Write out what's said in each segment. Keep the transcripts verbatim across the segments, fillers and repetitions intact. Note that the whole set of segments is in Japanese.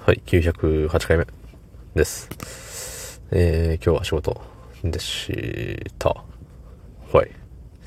はい、きゅうひゃくはちかいめです。えー、今日は仕事でした。はい。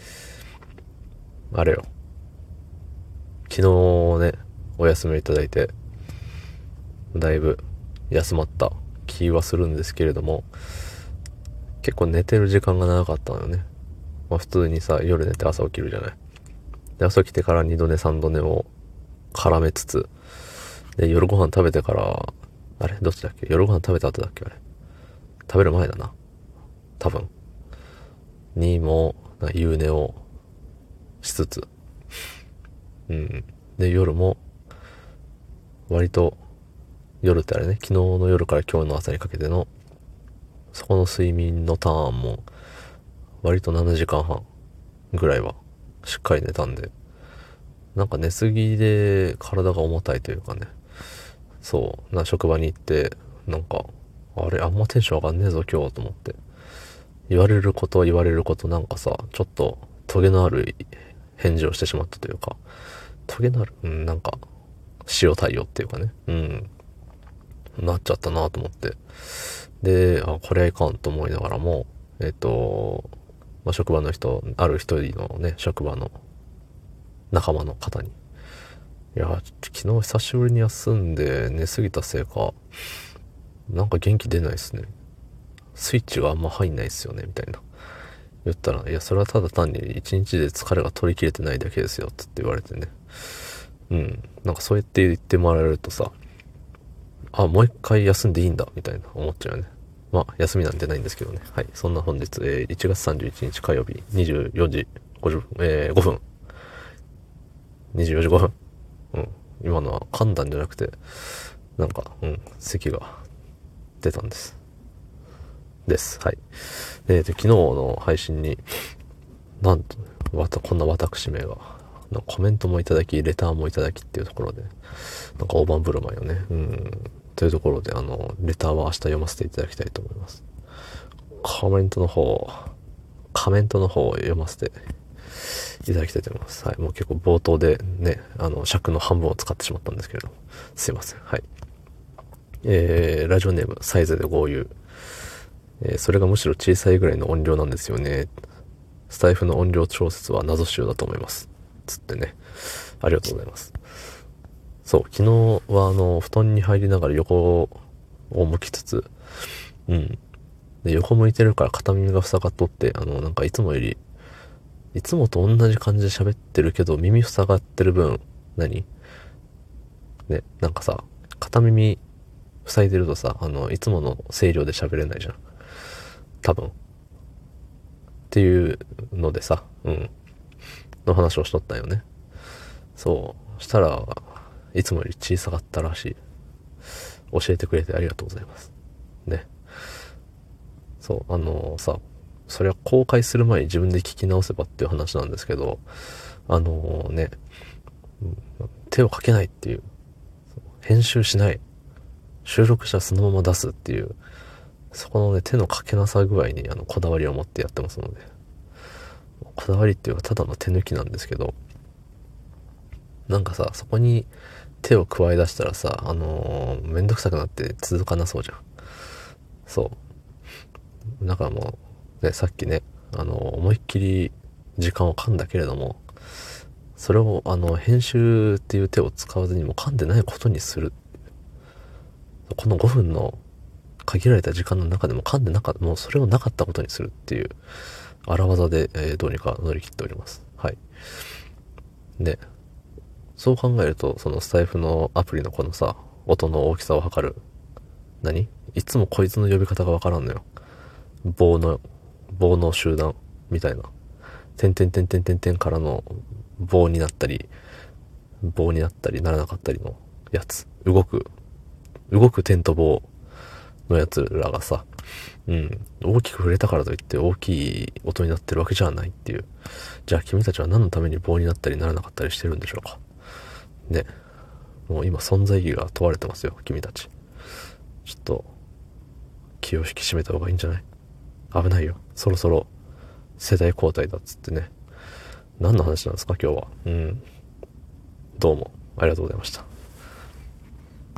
あれよ。昨日ね、お休みいただいて、だいぶ休まった気はするんですけれども、結構寝てる時間が長かったのよね。まあ普通にさ、夜寝て朝起きるじゃない。で、朝起きてから二度寝三度寝を絡めつつ、で、夜ご飯食べてから、あれどっちだっけ夜ご飯食べた後だっけあれ食べる前だな。多分。にも、夕寝をしつつ、うん。で、夜も、割と、夜ってあれね、昨日の夜から今日の朝にかけての、そこの睡眠のターンも、割とななじかんはんぐらいは、しっかり寝たんで、なんか寝すぎで体が重たいというかね、そう、な、職場に行って、なんか、あれ、あんまテンション上がんねえぞ今日と思って、言われること言われることなんかさ、ちょっと、トゲのある返事をしてしまったというか、トゲのある、うん、なんか、塩対応っていうかね、うん、なっちゃったなと思って。で、あ、これはいかんと思いながらも、えっと、まあ、職場の人、ある一人のね、職場の仲間の方に、いや、昨日久しぶりに休んで寝すぎたせいか、なんか元気出ないっすね。スイッチがあんま入んないっすよね、みたいな。言ったら、いや、それはただ単に一日で疲れが取り切れてないだけですよ、つって言われてね。うん。なんかそうやって言ってもらえるとさ、あ、もう一回休んでいいんだ、みたいな思っちゃうよね。まあ、休みなんてないんですけどね。はい。そんな本日、えー、いちがつさんじゅういちにち火曜日、にじゅうよじごじゅっぷん、えー、ごふん。にじゅうよじごふん。うん。今のは噛んだんじゃなくて、なんか、うん、咳が出たんです。です。はい。えーと、昨日の配信に、なんと、わた、こんな私名が、なんかコメントもいただき、レターもいただきっていうところで、なんか大盤振る舞いよね。うん。というところで、あの、レターは明日読ませていただきたいと思います。コメントの方、コメントの方を読ませていただきたいと思います。はい。もう結構冒頭でね、あの、尺の半分を使ってしまったんですけれども、すいません。はい。えー、ラジオネーム、サイズで豪遊。えー、それがむしろ小さいぐらいの音量なんですよね。スタイフの音量調節は謎仕様だと思います。つってね。ありがとうございます。そう、昨日はあの、布団に入りながら横を向きつつ、うん。で、横向いてるから片耳が塞がっとって、あの、なんかいつもより、いつもと同じ感じで喋ってるけど、耳塞がってる分、何ね、なんかさ、片耳塞いでるとさ、あの、いつもの声量で喋れないじゃん。多分。っていうのでさ、うん。の話をしとったんよね。そう。したら、いつもより小さかったらしい。教えてくれてありがとうございます。ね。そう、あのーさ、それは公開する前に自分で聞き直せばっていう話なんですけど、あのーね、手をかけないっていう、編集しない、収録したらそのまま出すっていう、そこのね、手のかけなさ具合にあのこだわりを持ってやってますので、こだわりっていうかただの手抜きなんですけど、なんかさ、そこに手を加え出したらさ、あのー、めんどくさくなって続かなそうじゃん。そう。だからもう、ね、さっきね、あのー、思いっきり時間を噛んだけれども、それを、あの、編集っていう手を使わずにもう噛んでないことにする。このごふんの限られた時間の中でも噛んでなかった、もうそれをなかったことにするっていう、荒技で、えー、どうにか乗り切っております。はい。で、そう考えると、そのスタイフのアプリのこのさ、音の大きさを測る。何いつもこいつの呼び方がわからんのよ。棒の、棒の集団みたいな。点々点々点々からの棒になったり、棒になったりならなかったりのやつ。動く、動く点と棒のやつらがさ、うん、大きく触れたからといって大きい音になってるわけじゃないっていう。じゃあ君たちは何のために棒になったりならなかったりしてるんでしょうか。ね。もう今存在意義が問われてますよ、君たち。ちょっと、気を引き締めた方がいいんじゃない？危ないよ。そろそろ世代交代だっつってね。何の話なんですか今日は。うん。どうもありがとうございました。